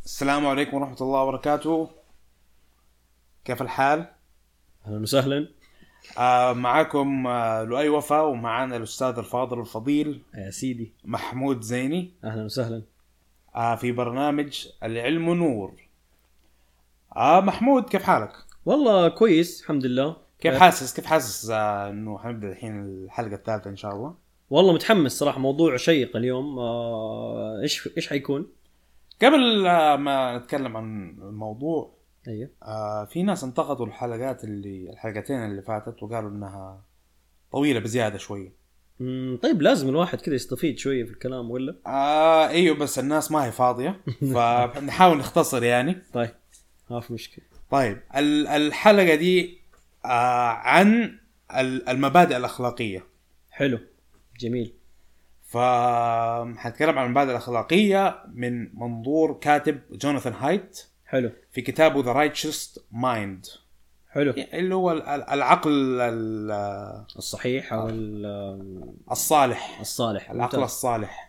السلام عليكم ورحمة الله وبركاته. كيف الحال؟ اهلا وسهلا. معكم لؤي وفا، ومعنا الأستاذ الفاضل الفضيل يا سيدي محمود زيني اهلا وسهلا. في برنامج العلم نور. محمود، كيف حالك؟ والله كويس الحمد لله. كيف حاسس إنه حنبدأ الحين الحلقة الثالثة إن شاء الله؟ والله متحمس صراحة، موضوع شيق اليوم. ايش حيكون؟ قبل ما نتكلم عن الموضوع، ايوه في ناس انتقدوا الحلقتين اللي فاتت وقالوا إنها طويلة بزيادة شوي. طيب لازم الواحد كذا يستفيد شوية في الكلام ولا؟ ايوه، بس الناس ما هي فاضية فنحاول نختصر يعني. طيب ما في مشكلة. طيب الحلقة دي عن المبادئ الأخلاقية. حلو جميل. فحنتكلم عن المبادئ الأخلاقية من منظور كاتب جوناثان هايت حلو في كتابه The Righteous Mind، حلو. اللي هو العقل الصحيح او الصالح. الصالح، العقل الصالح.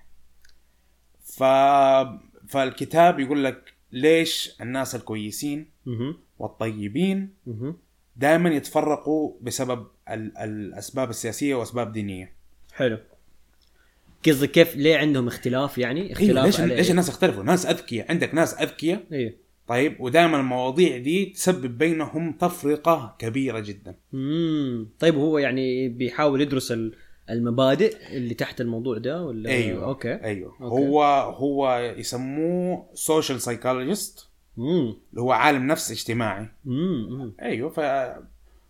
فالكتاب يقول لك ليش الناس الكويسين والطيبين دائما يتفرقوا بسبب الأسباب السياسية وأسباب دينية. حلو. قصدك كيف ليه عندهم اختلاف؟ يعني اختلاف ليش الناس يختلفوا؟ ناس أذكياء، عندك ناس أذكياء. ايه طيب، ودائما المواضيع دي تسبب بينهم تفرقة كبيرة جدا. طيب هو يعني بيحاول يدرس المبادئ اللي تحت الموضوع ده ولا؟ أيوة. أوكي. هو يسموه social psychologist، اللي هو عالم نفس اجتماعي. ايوه.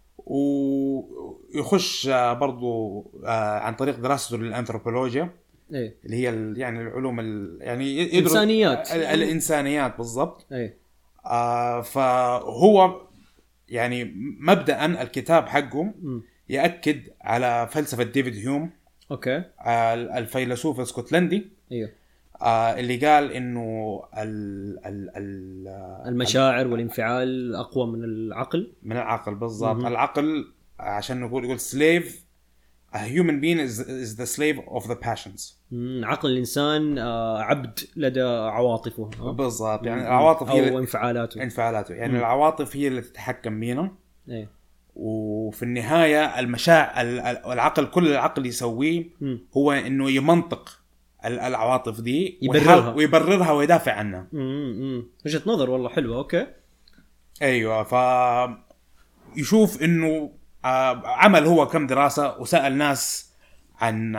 ويخش برضو عن طريق دراسته للانثروبولوجيا، ايه اللي هي يعني العلوم يعني يدرس الانسانيات بالضبط. ايه فهو يعني مبدأ الكتاب حقه يأكد على فلسفة ديفيد هيوم. اوكي. الفيلسوف الاسكتلندي. ايوه. اللي قال انه المشاعر والانفعال اقوى من العقل. بالضبط. العقل عشان يقول slave a human being is the slave of the passions. عقل الانسان عبد لدى عواطفه. بالضبط. يعني العواطف هي او انفعالاته يعني العواطف هي اللي تتحكم بينا. ايه. وفي النهايه المشاعر العقل، كل العقل يسويه هو انه يمنطق العواطف دي ويبررها ويدافع عنها. وجهة نظر والله حلوة. اوكي. ايوه. يشوف انه عمل هو كم دراسة وسأل ناس عن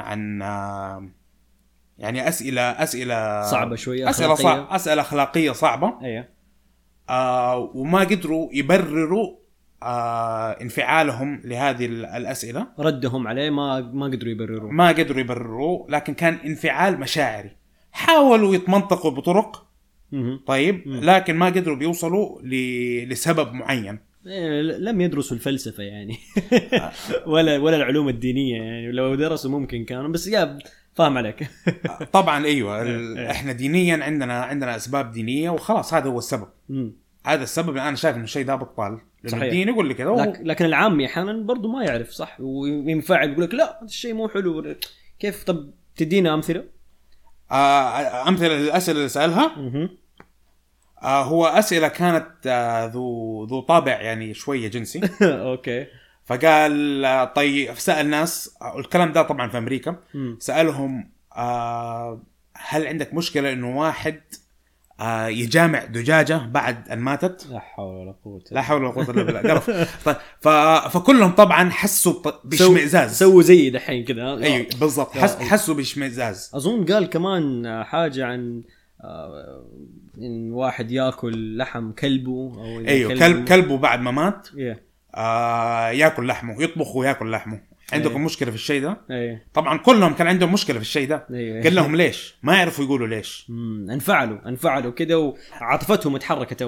يعني أسئلة صعبة شوية، أسئلة أخلاقية صعبة. ايوه. وما قدروا يبرروا انفعالهم لهذه الأسئلة. ردهم عليه ما قدروا يبرروا. لكن كان انفعال مشاعري. حاولوا يتمنطقوا بطرق. طيب. لكن ما قدروا بيوصلوا لسبب معين. لم يدرسوا الفلسفة يعني ولا العلوم الدينية يعني. لو درسوا ممكن كانوا، بس فاهم عليك طبعا. ايوه. احنا دينيا عندنا اسباب دينية وخلاص، هذا هو السبب. هذا السبب اللي انا شايف انه الشيء ده بطال، لانه الدين يقول لك كذا. لكن العامي احيانا برضو ما يعرف صح، وينفعل يقول لك لا هذا الشيء مو حلو. كيف؟ طب تدينا امثله للاسئله اللي سالها. هو اسئله كانت ذو طابع يعني شويه جنسي. اوكي. فقال طيب، سال ناس، الكلام ده طبعا في امريكا. سالهم هل عندك مشكله انه واحد يجامع دجاجة بعد أن ماتت؟ لا حول ولا قوة إلا بالله. فكلهم طبعا حسوا باشمئزاز. سووا زي دحين كذا. أيوة بالضبط. حسوا باشمئزاز. أظن قال كمان حاجة عن إن واحد يأكل لحم كلبه أو أيوة كلبه بعد ما مات. يأكل لحمه، يطبخ ويأكل لحمه. عندكم مشكلة في الشيء ده؟ طبعا كلهم كان عندهم مشكلة في الشيء ده. قال لهم ليش؟ ما يعرفوا يقولوا ليش. انفعلوا كده، وعاطفتهم اتحركت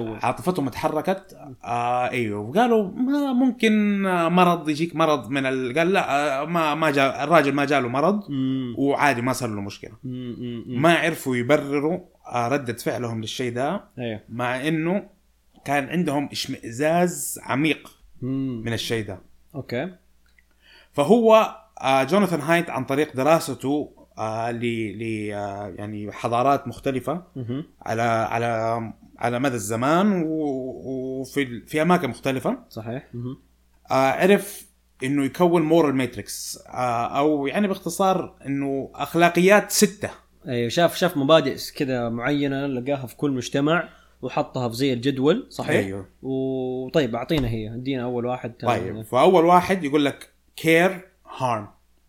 ايوه. وقالوا ما ممكن مرض يجيك مرض من قال لا، ما جاء الراجل، ما جاله مرض وعادي، ما صار له مشكلة. ما عرفوا يبرروا ردة فعلهم للشيء ده. مع انه كان عندهم اشمئزاز عميق من الشيء ده. اوكي. فهو جوناثان هايت عن طريق دراسته يعني حضارات مختلفة على على مدى الزمان وفي اماكن مختلفه. صحيح. عرف انه يكون مورال ماتريكس، او يعني باختصار انه اخلاقيات 6. ايوه شاف مبادئ كذا معينه لقاها في كل مجتمع وحطها في زي الجدول. صحيح. ايوه. وطيب اعطينا هي، ادينا اول واحد. طيب فاول واحد يقول لك care harm،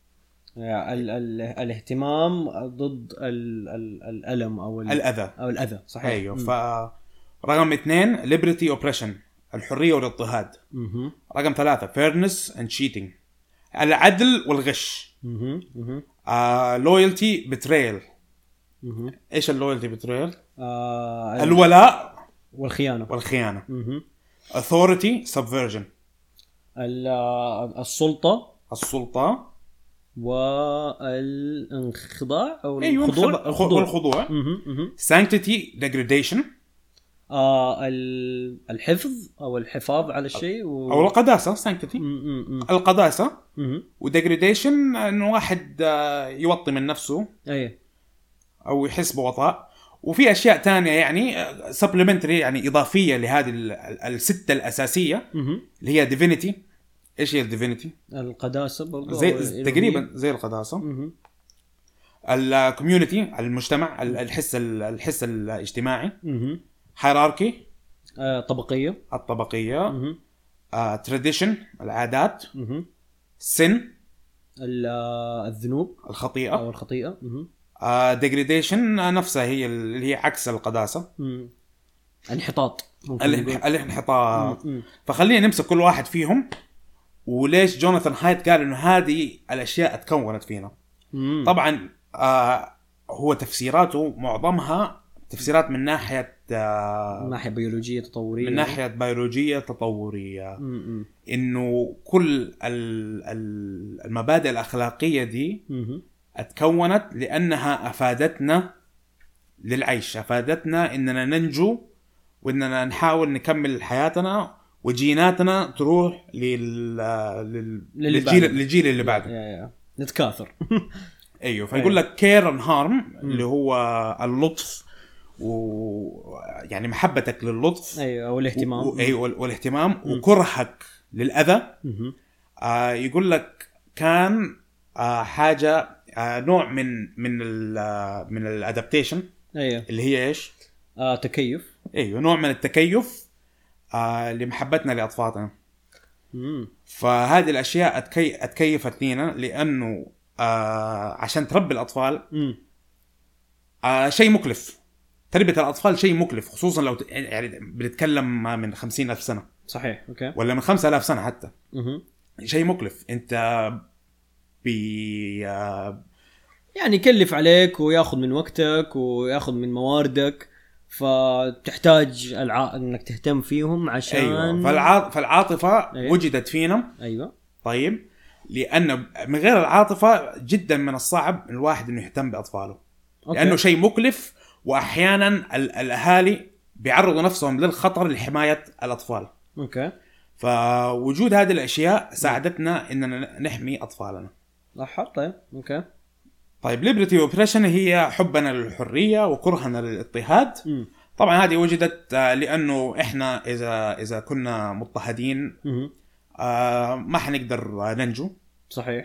الاهتمام ضد الالم او الاذى. صحيح. ايوه. رقم 2 liberty oppression، الحريه والاضطهاد. رقم 3 fairness and cheating، العدل والغش. loyalty betrayal. ايش اللويالتي betrayal؟ الولاء والخيانه. authority subversion، السلطه والانخضاع او الخضوع. sanctity degradation، الحفظ او الحفاظ على الشيء او القداسه. sanctity القداسه. ودegradation انه واحد يوطي من نفسه او يحس بوطاء. وفي اشياء تانية يعني supplementary يعني اضافيه لهذه الستة الاساسيه اللي هي divinity. ايش هي الديفينيتي؟ القداسه برضو تقريبا زي القداسه. الكوميونتي، المجتمع، الحس الاجتماعي. هيراركي، الطبقيه. تراديشن، العادات. سن، الذنوب، الخطيئه. ديجريديشن نفسها هي اللي هي عكس القداسه. الانحطاط. فخلينا نمسك كل واحد فيهم وليش جوناثان هايت قال انه هذه الاشياء تكونت فينا. طبعا هو تفسيراته معظمها تفسيرات من ناحيه بيولوجيه تطوريه، من ناحيه بيولوجيه تطوريه. انه كل المبادئ الاخلاقيه دي اتكونت لانها افادتنا للعيش، افادتنا اننا ننجو واننا نحاول نكمل حياتنا، وجيناتنا تروح للجيل اللي بعده. نتكاثر. ايوه. فيقول لك كير اند هارم اللي هو اللطف ويعني محبتك للطف. ايوه والاهتمام. والاهتمام وكرهك للاذى. يقول لك كان حاجه نوع من الادابتيشن. ايوه اللي هي ايش؟ تكيف. ايوه نوع من التكيف لمحبتنا لأطفالنا. فهذه الأشياء أتكيفت لنا لأنه عشان تربي الأطفال شيء مكلف. تربية الأطفال شيء مكلف، خصوصا لو يعني بنتكلم من 50,000 سنة. صحيح. أوكي. ولا من 5,000 سنة حتى. شيء مكلف. أنت يعني يكلف عليك ويأخذ من وقتك ويأخذ من مواردك، فتحتاج انك تهتم فيهم عشان فالعاطفه وجدت فينا. طيب لان من غير العاطفه جدا من الصعب الواحد انه يهتم باطفاله. لانه شيء مكلف، واحيانا الاهالي بيعرضوا نفسهم للخطر لحمايه الاطفال. فوجود هذه الاشياء ساعدتنا اننا نحمي اطفالنا. طيب ليبرتي وبريشن هي حبنا للحرية وكرهنا للاضطهاد. طبعا هذه وجدت لأنه إحنا إذا كنا مضطهدين ما حنقدر ننجو. صحيح.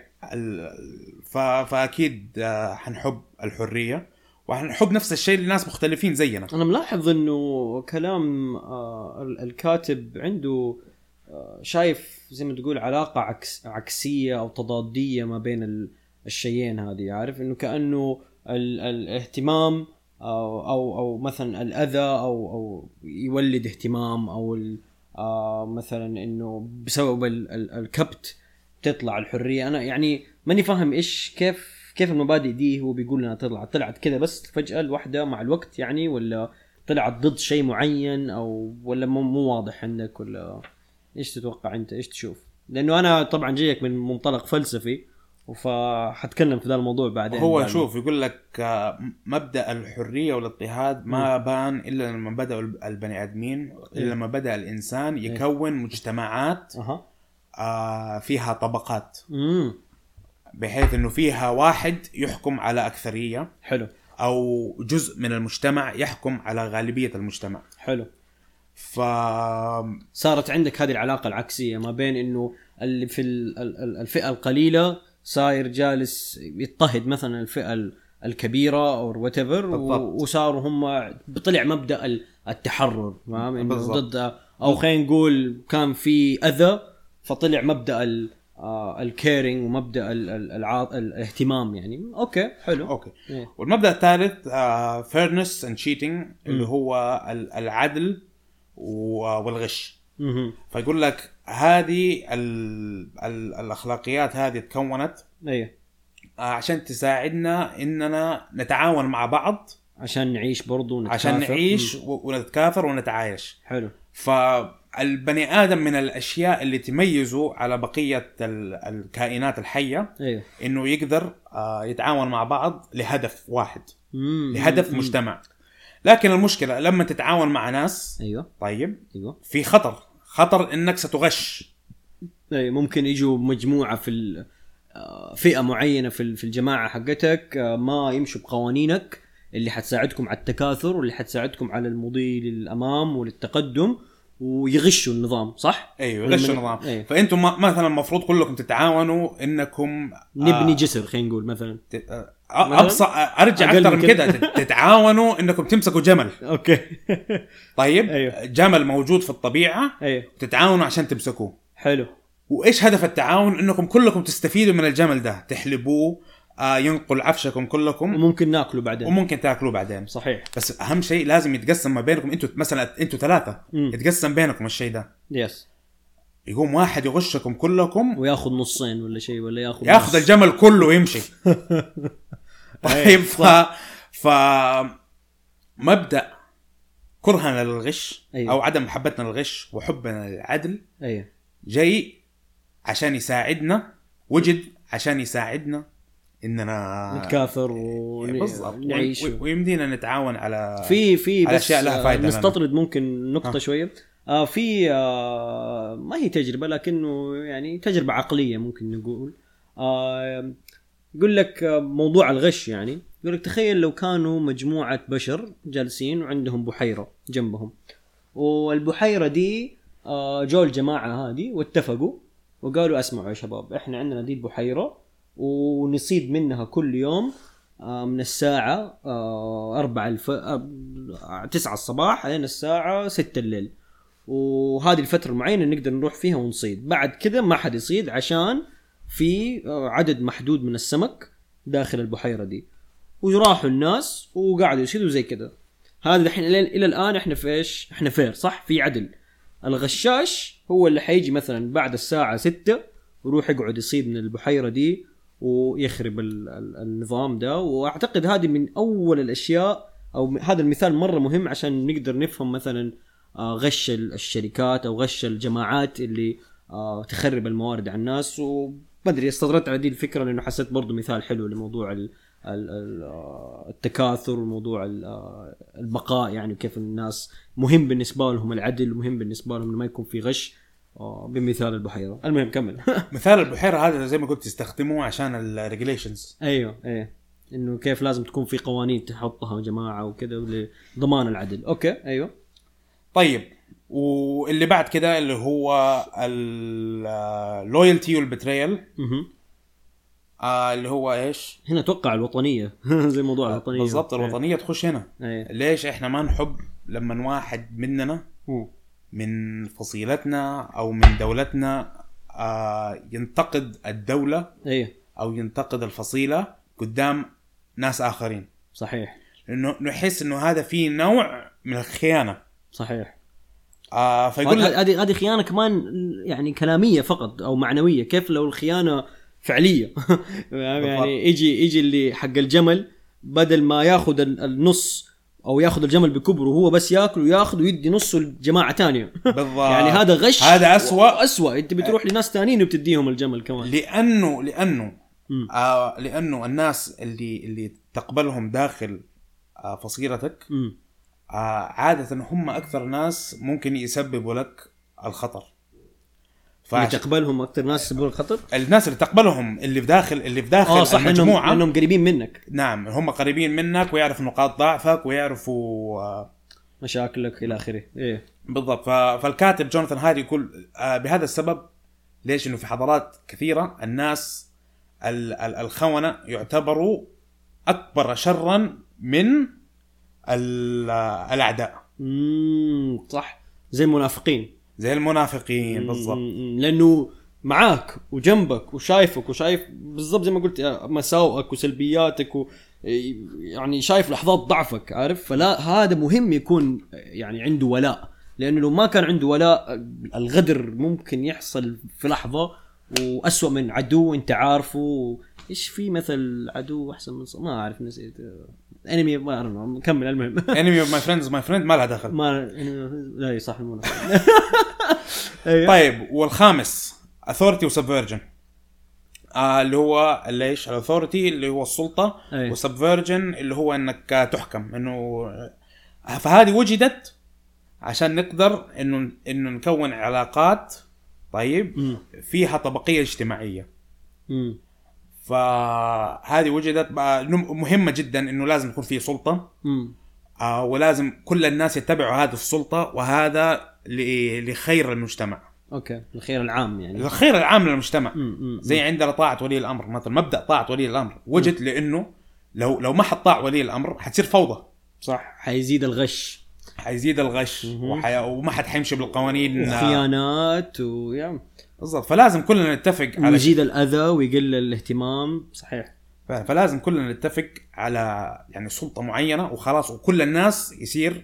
فأكيد حنحب الحرية وحنحب نفس الشيء لناس مختلفين زينا. أنا ملاحظ إنه كلام الكاتب عنده شايف زي ما تقول علاقة عكسية أو تضادية ما بين الشيئين هذه. عارف انه كأنه الاهتمام او مثلا الاذى او يولد اهتمام، او مثلا انه بسبب الكبت تطلع الحرية. انا يعني ماني فاهم ايش كيف المبادئ دي هو بيقول لنا طلعت كده بس فجأة الوحدة مع الوقت يعني، ولا طلعت ضد شيء معين، او ولا مو واضح عندك، ولا ايش تتوقع انت؟ ايش تشوف؟ لانه انا طبعا جايك من منطلق فلسفي فحتكلم في ذا الموضوع بعدين. هو شوف يقول لك مبدأ الحرية والاضطهاد ما بان إلا لما بدأ البني آدمين، إلا لما بدأ الإنسان يكون مجتمعات فيها طبقات، بحيث إنه فيها واحد يحكم على أكثرية. حلو. او جزء من المجتمع يحكم على غالبيه المجتمع. حلو. ف صارت عندك هذه العلاقه العكسيه ما بين انه اللي في الفئه القليله صاير جالس يضطهد مثلا الفئه الكبيره او whatever، وصاروا هم طلع مبدا التحرر، فاهم؟ انه ضد، او خلينا نقول كان في اذى فطلع مبدا الكيرينج ومبدا الاهتمام يعني. اوكي حلو. اوكي. والمبدا الثالث fairness and cheating اللي هو العدل والغش. فيقول لك هذه الاخلاقيات هذه تكونت عشان تساعدنا اننا نتعاون مع بعض، عشان نعيش برضو ونتكاثر، عشان نعيش ونتكاثر ونتعايش. حلو. فالبني آدم من الأشياء اللي تميزه على بقية الكائنات الحية إنه يقدر يتعاون مع بعض لهدف واحد، لهدف مجتمع. لكن المشكلة لما تتعاون مع ناس طيب في خطر إنك ستغش. ممكن يجوا مجموعة في فئة معينة في الجماعة حقتك ما يمشوا بقوانينك اللي حتساعدكم على التكاثر واللي حتساعدكم على المضي للأمام وللتقدم، ويغشوا النظام. صح؟ ايوه يغشوا النظام. فانتم مثلا المفروض كلكم تتعاونوا انكم نبني جسر، خلينا نقول مثلا ارجع اكثر من كده تتعاونوا انكم تمسكوا جمل. اوكي. طيب جمل موجود في الطبيعة، تتعاونوا عشان تمسكوه. حلو. وايش هدف التعاون؟ انكم كلكم تستفيدوا من الجمل ده، تحلبوه، ينقل عفشكم كلكم، وممكن ناكله بعدين، وممكن تاكلوه بعدين. صحيح. بس اهم شيء لازم يتقسم ما بينكم. انتوا مثلا انتوا 3 يتقسم بينكم الشيء ده. يس. يقوم واحد يغشكم كلكم وياخذ نصين ولا شيء، ولا ياخذ الجمل كله ويمشي. طيب مبدأ كرهنا للغش او عدم محبتنا للغش وحبنا للعدل جاي عشان يساعدنا، وجد عشان يساعدنا اننا نتكاثر ونعيش ويمدينا نتعاون على في على اشياء لها فائده. نستطرد ممكن نقطه شويه في ما هي تجربه لكنه يعني تجربه عقليه ممكن نقول. يقول لك موضوع الغش، يعني يقول لك تخيل لو كانوا مجموعه بشر جالسين وعندهم بحيره جنبهم، والبحيره دي جو الجماعه هذه واتفقوا وقالوا اسمعوا يا شباب، احنا عندنا دي البحيره ونصيد منها كل يوم من الساعة 9 الصباح لين الساعة 6 الليل، وهذه الفترة المعينة نقدر نروح فيها ونصيد. بعد كذا ما حد يصيد عشان في عدد محدود من السمك داخل البحيرة دي. وراحوا الناس وقعدوا يصيدوا زي كذا. هذا الحين إلى الآن احنا فيش، احنا فير صح، في عدل. الغشاش هو اللي حيجي مثلا بعد الساعة 6 ويروح يقعد يصيد من البحيرة دي ويخرب النظام ده. واعتقد هذه من اول الاشياء، او هذا المثال مره مهم عشان نقدر نفهم مثلا غش الشركات او غش الجماعات اللي تخرب الموارد على الناس. وبدري استطردت على دي الفكره لانه حسيت برضو مثال حلو لموضوع التكاثر وموضوع البقاء، يعني كيف الناس مهم بالنسبه لهم العدل ومهم بالنسبه لهم انه ما يكون في غش بمثال البحيرة. المهم كمل. مثال البحيرة هذا زي ما قلت يستخدموه عشان الريجوليشنز. ايوه انه كيف لازم تكون في قوانين تحطها جماعة وكذا لضمان العدل. اوكي ايوه. طيب واللي بعد كده اللي هو اللويالتي والبتريال. اللي هو ايش هنا توقع الوطنية. زي موضوع الوطنية بالضبط. الوطنية تخش هنا. ليش احنا ما نحب لما واحد مننا من فصيلتنا او من دولتنا ينتقد الدولة او ينتقد الفصيلة قدام ناس اخرين؟ صحيح. لانه نحس انه هذا فيه نوع من الخيانة. صحيح. فيقول هذه خيانة كمان يعني كلامية فقط او معنوية. كيف لو الخيانة فعلية؟ يعني يجي اللي حق الجمل بدل ما ياخذ النص او ياخذ الجمل بكبره وهو بس ياكل وياخذ ويدي نصه لجماعه ثانيه. يعني هذا غش، هذا اسوأ. انت بتروح لناس ثانيين وبتديهم الجمل كمان. لانه الناس اللي تقبلهم داخل فصيلتك عاده هم اكثر ناس ممكن يسببوا لك الخطر. اللي تقبلهم اكثر ناس يسببوا الخطر، الناس اللي تقبلهم اللي في داخل المجموعه انهم قريبين منك. نعم هم قريبين منك ويعرفوا نقاط ضعفك ويعرفوا مشاكلك الى اخره. ايه بالضبط. فالكاتب جوناثان هاري يقول بهذا السبب ليش انه في حضارات كثيره الناس الخونة يعتبروا اكبر شرا من الاعداء. صح، زي المنافقين بالضبط، لانه معاك وجنبك وشايفك وشايف بالضبط زي ما قلت مساوئك وسلبياتك يعني شايف لحظات ضعفك، عارف. فلا هذا مهم يكون يعني عنده ولاء، لانه لو ما كان عنده ولاء الغدر ممكن يحصل في لحظة وأسوأ من عدو انت عارفه. ايش في مثل عدو احسن من ما اعرف، نسيت انمي ما اعرف، نكمل. المهم انمي ماي فريند ما لها دخل، ما لا صح طيب والخامس authority وسبفيرجن. اللي هو ليش الاثوريتي اللي هو السلطة، وسبفيرجن اللي هو انك تحكم. انه فهذه وجدت عشان نقدر انه نكون علاقات طيب فيها طبقية اجتماعية. فهذه وجدت مهمة جدا انه لازم يكون في سلطة، ولازم كل الناس يتبعوا هذه السلطة، وهذا لخير المجتمع. اوكي، الخير العام، يعني الخير العام للمجتمع. زي عندنا طاعة ولي الامر مثلا، مبدأ طاعة ولي الامر وجد لانه لو ما حطاع ولي الامر حتصير فوضى. صح، حيزيد الغش وما حد حيمشي بالقوانين وخيانات بالضبط. فلازم كلنا نتفق على يزيد الأذى ويقل الاهتمام. صحيح. فلازم كلنا نتفق على يعني سلطة معينة وخلاص، وكل الناس يصير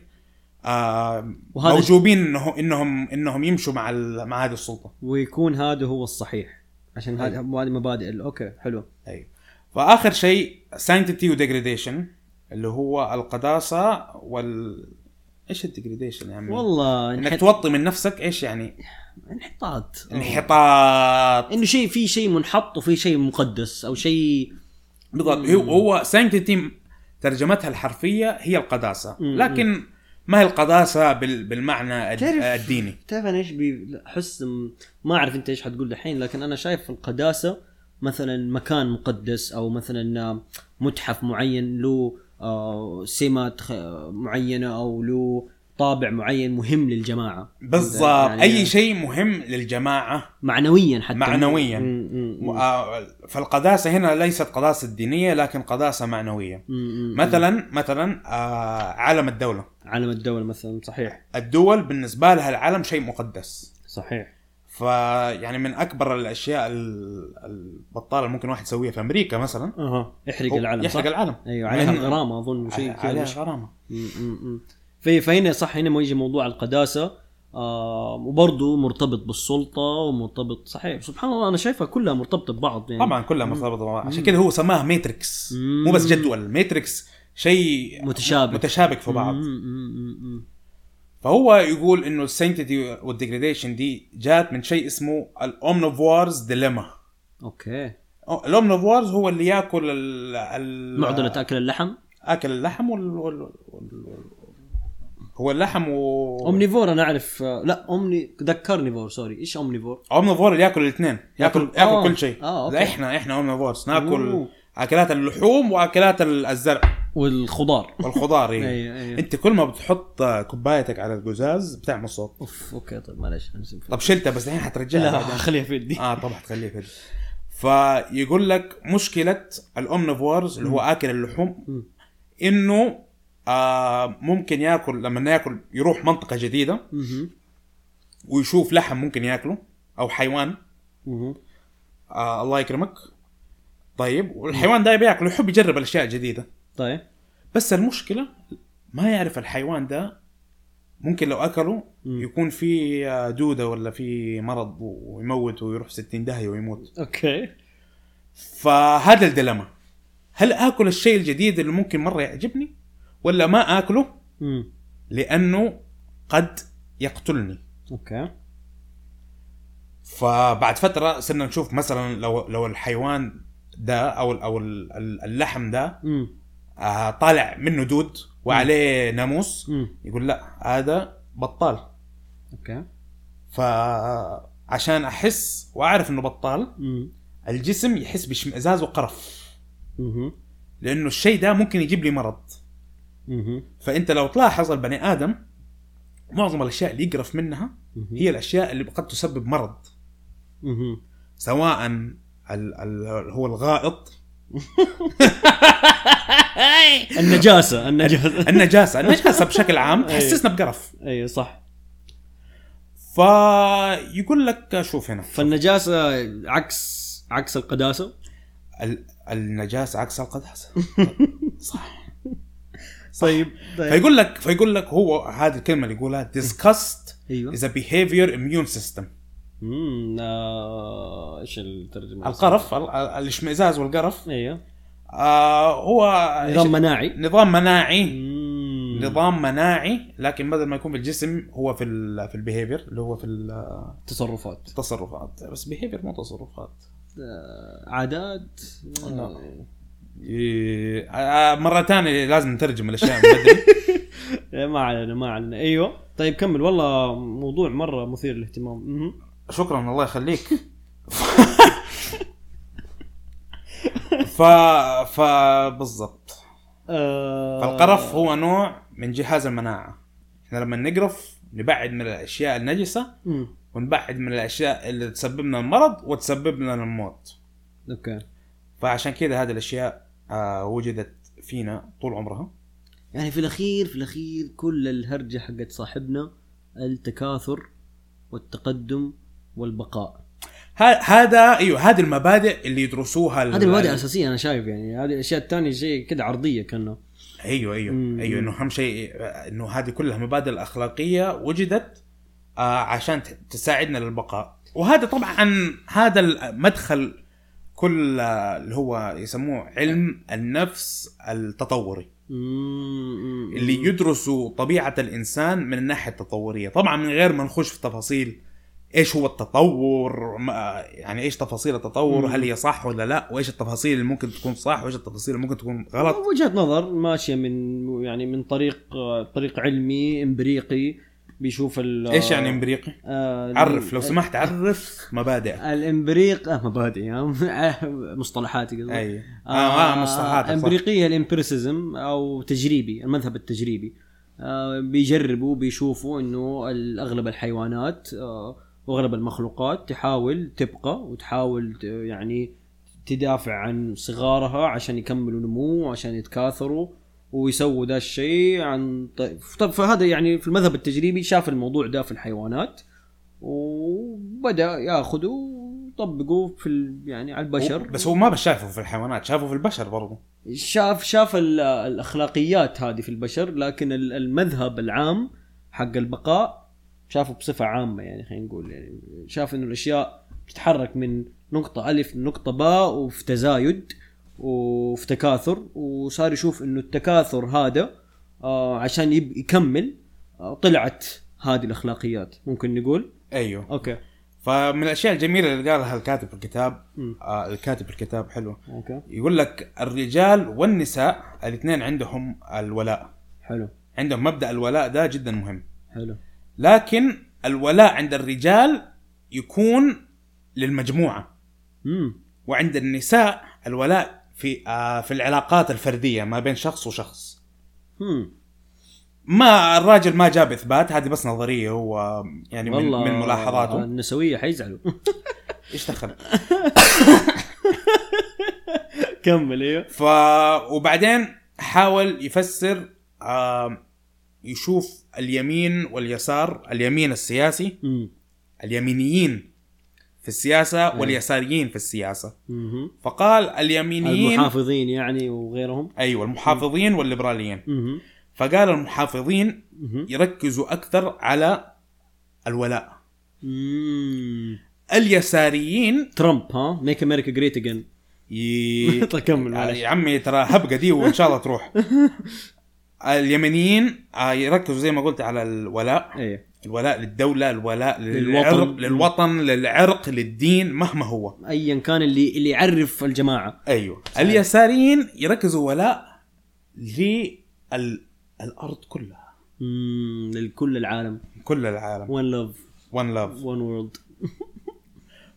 موجوبين انهم يمشوا مع هذه السلطة، ويكون هذا هو الصحيح، عشان هذه مبادئ. اوكي حلو. ايوه. فآخر شيء sanctity وديجريديشن، اللي هو القداسة ايش الديجريديشن يعني؟ والله انك توطي من نفسك. ايش يعني؟ انحطاط انه في شيء منحط وفي شيء مقدس او شيء. بالضبط. هو sanctity ترجمتها الحرفية هي القداسة، لكن ما هي القداسة بالمعنى الديني. تعرف انا ايش بحس، ما اعرف انت ايش حتقول الحين، لكن انا شايف القداسة مثلا مكان مقدس، او مثلا متحف معين له سمات معينة او له طابع معين مهم للجماعة. بالضبط، يعني اي شيء مهم للجماعة معنويا، حتى معنويا. فالقداسة هنا ليست قداسة دينية، لكن قداسة معنوية. مثلا علم الدولة مثلا. صحيح. الدول بالنسبة لها العلم شيء مقدس. صحيح. فيعني من اكبر الاشياء البطاله ممكن واحد يسويها في امريكا مثلا، يحرق العلم. ايوه، عليها غرامه اظن، شيء كذا. عليها غرامه. فهنا صح، هنا ما يجي موضوع القداسه وبرضه مرتبط بالسلطه ومرتبط. صحيح. سبحان الله، انا شايفها كلها مرتبطه ببعض يعني. طبعا كلها مرتبطه ببعض، عشان كده هو سماها ماتريكس. مو بس جدول، ماتريكس شيء متشابك في بعض. فهو يقول انه السينتيتي والديجريديشن دي جات من شيء اسمه الأومنيفورز ديليما. اوكي. الأومنيفورز هو اللي ياكل معضلة اكل اللحم هو اللحم اومنيفور انا اعرف. لا ذكرنيفور، سوري. ايش اومنيفور اللي ياكل الاثنين، ياكل كل شيء. احنا اومنيفورز ناكل اكلات اللحوم واكلات الزرع والخضار. أيه. انت كل ما بتحط كوبايتك على القزاز بتعمل صوت. اوكي طيب معلش. طب شلتها بس الحين حترجعها. لا خليها في يدي. طبعا تخليها في يدي. فيقول لك مشكلة الأومنيفورز اللي هو آكل اللحوم إنه ممكن ياكل، لما ياكل يروح منطقة جديدة ويشوف لحم ممكن ياكله أو حيوان. الله يكرمك. طيب، والحيوان ده بياكل، يحب يجرب الأشياء الجديدة. طيب، بس المشكلة ما يعرف الحيوان ده ممكن لو أكله يكون في دودة ولا في مرض ويموت ويروح 60 داهية ويموت. أوكي. فهذا الديلما، هل أكل الشيء الجديد اللي ممكن مرة يعجبني ولا ما أكله لأنه قد يقتلني. أوكي. فبعد فترة صرنا نشوف مثلا لو الحيوان ده أو اللحم ده طالع منه دود وعليه ناموس، يقول لا هذا بطال. اوكي. فعشان عشان احس واعرف انه بطال الجسم يحس باشمئزاز وقرف لانه الشيء ده ممكن يجيب لي مرض. فانت لو تلاحظ البني ادم معظم الاشياء اللي يقرف منها هي الاشياء اللي قد تسبب مرض، سواء هو الغائط النجاسة بشكل عام تحسسنا بقرف. ايوه صح. فيقول لك شوف هنا، فالنجاسة عكس القداسة. النجاسة عكس القداسة. صح. طيب. فيقول لك هو هذه الكلمة اللي يقولها disgust is a behavior immune system. ايش الترجمة؟ القرف، الاشمئزاز والقرف. ايوه. هو نظام مناعي، لكن بدل ما يكون في الجسم هو في البيهيفير اللي هو في التصرفات. بس بيهيفير مو تصرفات، عادات. مرة تانية لازم نترجم الأشياء من بدري. ما علينا. أيوة طيب كمل. والله موضوع مرة مثير للاهتمام. شكرا الله يخليك. بالضبط. فالقرف هو نوع من جهاز المناعة. احنا لما نقرف نبعد من الأشياء النجسة ونبعد من الأشياء اللي تسبب لنا المرض وتسبب لنا الموت. اوكي. فعشان كده هذه الأشياء وجدت فينا طول عمرها. يعني في الأخير كل الهرجة حقت صاحبنا التكاثر والتقدم والبقاء. هذا ايوه، هذه المبادئ اللي يدرسوها. هذه المبادئ الأساسية أنا شايف. يعني هذه الأشياء الثانية شيء كده عرضية كأنه. ايوه انه اهم شيء انه هذه كلها مبادئ الأخلاقية وجدت عشان تساعدنا للبقاء. وهذا طبعا هذا المدخل كل اللي هو يسموه علم النفس التطوري، اللي يدرسوا طبيعة الإنسان من الناحية التطورية. طبعا من غير ما نخش في تفاصيل إيش هو التطور، يعني إيش تفاصيل التطور، هل هي صح ولا لا، وإيش التفاصيل اللي ممكن تكون صح وإيش التفاصيل اللي ممكن تكون غلط. وجهة نظر ماشية من طريق علمي إمبريقي بيشوف ايش يعني امبريقي؟ عرف لو سمحت، عرف مبادئ الامبريق. مبادئ مصطلحاتي قصدي. اي مصطلحات امبريقيه. الامبريسيزم او تجريبي، المذهب التجريبي. بيجربوا بيشوفوا انه اغلب الحيوانات واغلب المخلوقات تحاول تبقى وتحاول يعني تدافع عن صغارها عشان يكملوا نمو وعشان يتكاثروا ويسووا ده الشيء عن طب. فهذا يعني في المذهب التجريبي شاف الموضوع ده في الحيوانات وبدأ ياخذوا وطبقوا في يعني على البشر. بس هو ما بس شافه في الحيوانات، شافه في البشر برضو. شاف الأخلاقيات هذه في البشر، لكن المذهب العام حق البقاء شافه بصفة عامة. يعني خلينا نقول يعني شاف إنه الأشياء بتتحرك من نقطة ألف لنقطة باء وفي تزايد وفي تكاثر، وصار يشوف انه التكاثر هذا عشان يكمل طلعت هذه الاخلاقيات ممكن نقول. ايوه اوكي. فمن الاشياء الجميله اللي قالها الكاتب في الكتاب الكاتب في الكتاب حلو. اوكي. يقول لك الرجال والنساء الاثنين عندهم الولاء. حلو. عندهم مبدأ الولاء ده جدا مهم. حلو. لكن الولاء عند الرجال يكون للمجموعه، وعند النساء الولاء في العلاقات الفردية ما بين شخص وشخص. ما الراجل ما جاب إثبات، هذه بس نظرية هو يعني من ملاحظاته. النسوية حيزعلوا. إيش دخل؟ كمل. إيه. وبعدين حاول يفسر يشوف اليمين واليسار، اليمين السياسي، اليمينيين في السياسة واليساريين في السياسة. فقال اليمينيين المحافظين يعني وغيرهم. أيوة المحافظين والليبراليين. فقال المحافظين يركزوا أكثر على الولاء. اليساريين ترامب ميك أمريكا جريت أجين. تكمل يا عمي ترى هبقة دي وإن شاء الله تروح. اليمينيين يركزوا زي ما قلت على الولاء. الولاء للدولة، الولاء للوطن، للعرق، للدين، مهما هو أيا كان اللي يعرف الجماعة. أيوة. اليساريين يركزوا ولاء للأرض كلها، لكل العالم. كل العالم. one love one world.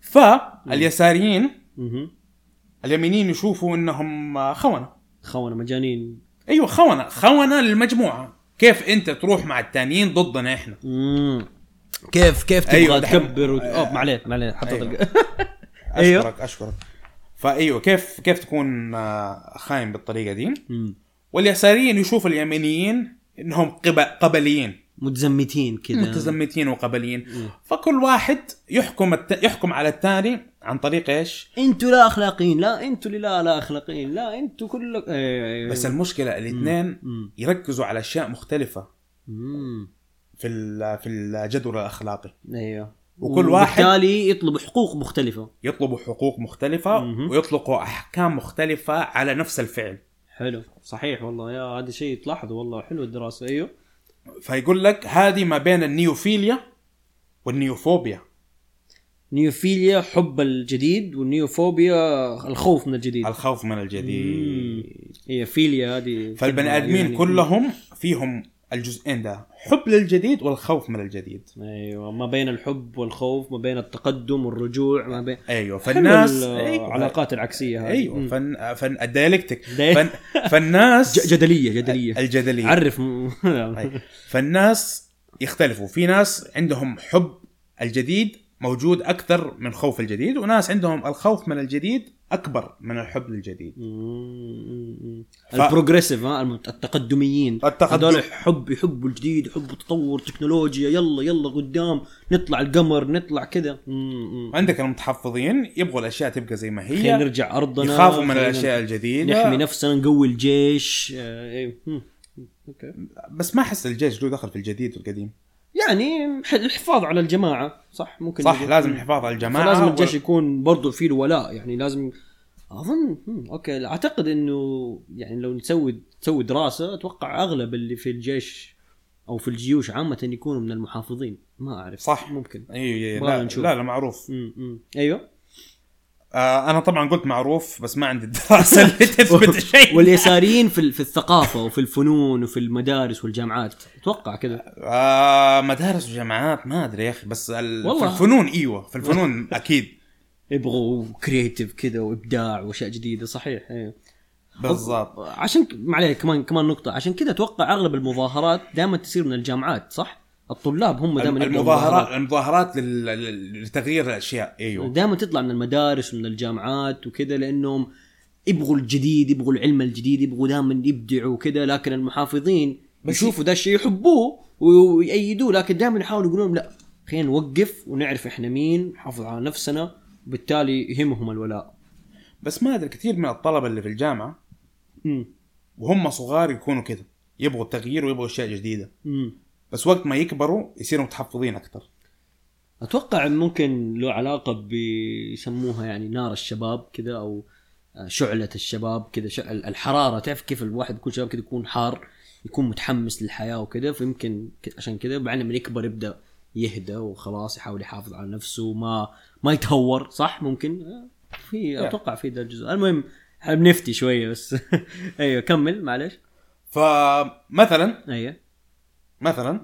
فاليساريين اليمينيين يشوفوا انهم خونة مجانين. ايوه خونة للمجموعة. كيف انت تروح مع التانيين ضدنا احنا؟ كيف تبغى أيوة تكبر معليه حطيت أيوة. اشكرك. فايوه كيف تكون خاين بالطريقة دي. واليساريين يشوف اليمينيين انهم قبليين متزمتين كده، متزمتين وقبليين. فكل واحد يحكم على الثاني عن طريق ايش؟ انتوا لا اخلاقيين، لا انتوا لا اخلاقيين، لا انتوا كل بس المشكله الاثنين يركزوا على اشياء مختلفه في الجدول الاخلاقي. ايوه. وكل واحد بالتالي يطلب حقوق مختلفه ويطلقوا احكام مختلفه على نفس الفعل. حلو صحيح والله يا هذا شيء تلاحظه والله حلو الدراسه. ايوه. فيقول لك هذه ما بين النيوفيليا والنيوفوبيا. نيوفيليا حب الجديد، والنيوفوبيا الخوف من الجديد. هي فيليا هذه. فالبني ادمين كلهم فيهم الجزئين ده، حب للجديد والخوف من الجديد. ايوه ما بين الحب والخوف، ما بين التقدم والرجوع، ما بين ايوه. فالناس علاقات العكسيه هذه. ايوه فن الديالكتيك. فالناس الجدليه عرف فالناس يختلفوا. في ناس عندهم حب الجديد موجود اكثر من خوف الجديد، وناس عندهم الخوف من الجديد اكبر من الحب للجديد. البروجريسيف التقدميين هذول يحبوا الجديد، يحبوا تطور تكنولوجيا، يلا قدام نطلع القمر نطلع كذا. عندك المتحفظين يبغوا الاشياء تبقى زي ما هي، نرجع ارضنا، يخافوا من الاشياء الجديده، نحمي نفسنا، نقوي الجيش. اوكي. بس ما احس الجيش له دخل في الجديد والقديم، يعني الحفاظ على الجماعة. صح ممكن صح لازم الحفاظ على الجماعة. لازم الجيش يكون برضو فيه ولاء، يعني لازم أظن. أوكي أعتقد إنه يعني لو تسوي دراسة أتوقع أغلب اللي في الجيش أو في الجيوش عامة يكونوا من المحافظين. ما أعرف. صح ممكن. أيوة. لا معروف. أيوة. أنا طبعا قلت معروف بس ما عندي الدراسة اللي تثبت شيء. واليساريين في الثقافة وفي الفنون وفي المدارس والجامعات أتوقع كده. مدارس وجامعات ما أدري يا أخي، بس في الفنون في الفنون أكيد يبغوا كرياتيف كده وإبداع وأشياء جديدة. صحيح. أيوة. بالضبط. عشان معليه كمان نقطة، عشان كده أتوقع أغلب المظاهرات دائما تصير من الجامعات. صح. الطلاب هم دائما المظاهرات لتغيير الاشياء. ايوه دائما تطلع من المدارس ومن الجامعات وكذا، لانهم يبغوا الجديد، يبغوا العلم الجديد، يبغوا دائما يبدعوا كذا. لكن المحافظين يشوفوا ده الشيء يحبوه ويأيدوه، لكن دائما يحاولوا يقولون لا خلينا نوقف ونعرف احنا مين، نحافظ على نفسنا، وبالتالي يهمهم الولاء. بس ما ادري كثير من الطلبة اللي في الجامعة وهم صغار يكونوا كذا، يبغوا التغيير ويبغوا اشياء جديدة. بس وقت ما يكبروا يصيروا متحفظين أكتر. أتوقع ممكن له علاقة بيسموها يعني نار الشباب كده، أو شعلة الشباب كده، الحرارة. تعرف كيف الواحد يكون شباب كده يكون حار، يكون متحمس للحياة وكده، فيمكن عشان كده بعد ما يكبر يبدأ يهدى وخلاص، يحاول يحافظ على نفسه، ما يتهور. صح ممكن أتوقع في ده الجزء. المهم بنفتي شوية بس. أيوة كمل معلش. فمثلا مثلا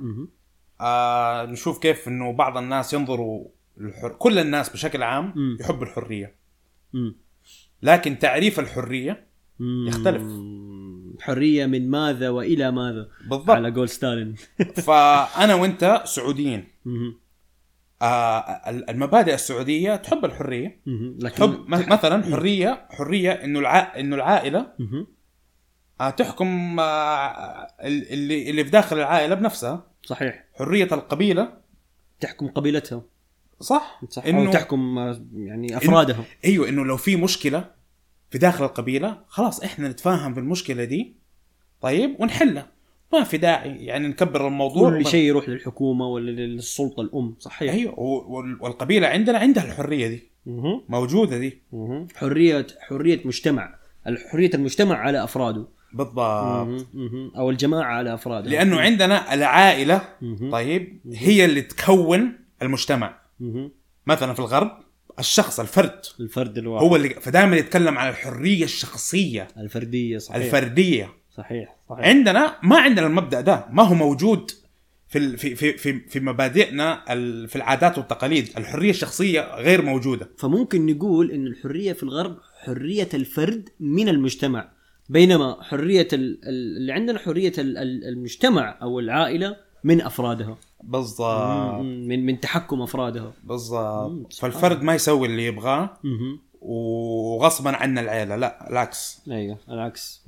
نشوف كيف انه بعض الناس ينظروا كل الناس بشكل عام يحب الحرية، لكن تعريف الحرية يختلف. حرية من ماذا وإلى ماذا؟ بالضبط. على قول ستالين. فأنا وإنت سعوديين، المبادئ السعودية تحب الحرية، تحب مثلا حرية إنه العائلة تحكم اللي في داخل العائلة بنفسها. صحيح. حرية القبيلة تحكم قبيلتها. صح. إنه تحكم يعني أفرادها. أيوة إنه لو في مشكلة في داخل القبيلة خلاص إحنا نتفاهم بالمشكلة دي طيب ونحلها، ما في داعي يعني نكبر الموضوع. كل شيء يروح للحكومة ولا للسلطة الأم. صحيح. أيوة. والقبيلة عندها الحرية دي موجودة دي. حرية مجتمع، حرية المجتمع على أفراده. بالضبط. أو الجماعة على أفرادها. لأنه عندنا العائلة طيب هي اللي تكون المجتمع. مثلا في الغرب الشخص الفرد الواحد هو اللي فدائما يتكلم عن الحرية الشخصية الفردية. صحيح. الفردية. صحيح. عندنا ما عندنا المبدأ ده، ما هو موجود في مبادئنا في العادات والتقاليد الحرية الشخصية غير موجودة. فممكن نقول إن الحرية في الغرب حرية الفرد من المجتمع، بينما حرية اللي عندنا حرية المجتمع أو العائلة من أفرادها. بالضبط. من تحكم أفرادها. بالضبط. فالفرد ما يسوي اللي يبغاه وغصبا عنا العيلة، لا العكس. أيوة العكس.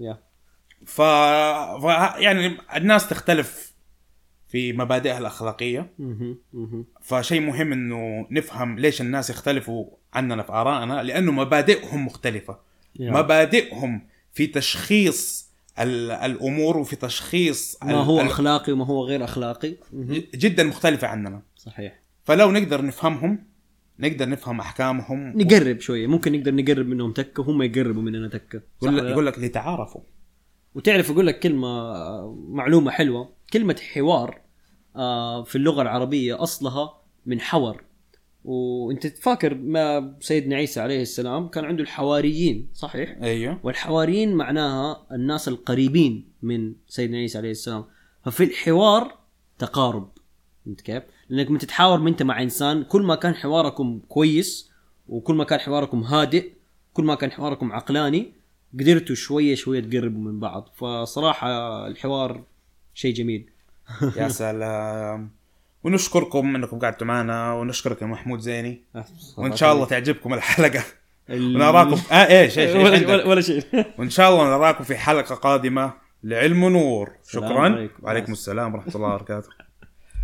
يعني الناس تختلف في مبادئها الأخلاقية. فشيء مهم إنه نفهم ليش الناس يختلفوا عننا في آرائنا، لأنه مبادئهم مختلفة. مبادئهم في تشخيص الأمور وفي تشخيص ما هو أخلاقي وما هو غير أخلاقي جدا مختلفة عننا. صحيح. فلو نقدر نفهمهم نقدر نفهم أحكامهم، نقرب شوية، ممكن نقدر نقرب منهم تكة وهم يقربوا مننا تكة. يقول لك لتعارفوا. وتعرف أقول لك كلمة معلومة حلوة، كلمة حوار في اللغة العربية أصلها من حور. وانت تفكر ما سيدنا عيسى عليه السلام كان عنده الحواريين، صحيح؟ أيوه. والحواريين معناها الناس القريبين من سيدنا عيسى عليه السلام. ففي الحوار تقارب. انت كيف؟ لأنك من تتحاور انت مع إنسان، كل ما كان حواركم كويس وكل ما كان حواركم هادئ، كل ما كان حواركم عقلاني، قدرتوا شوية شوية تقربوا من بعض. فصراحة الحوار شيء جميل. يا سلام. ونشكركم انكم قعدتوا معنا، ونشكرك يا محمود زيني، وان شاء الله تعجبكم الحلقة ونراكم ايش ولا شيء. وان شاء الله نراكم في حلقة قادمة لعلم ونور. شكرا. وعليكم السلام ورحمة الله وبركاته.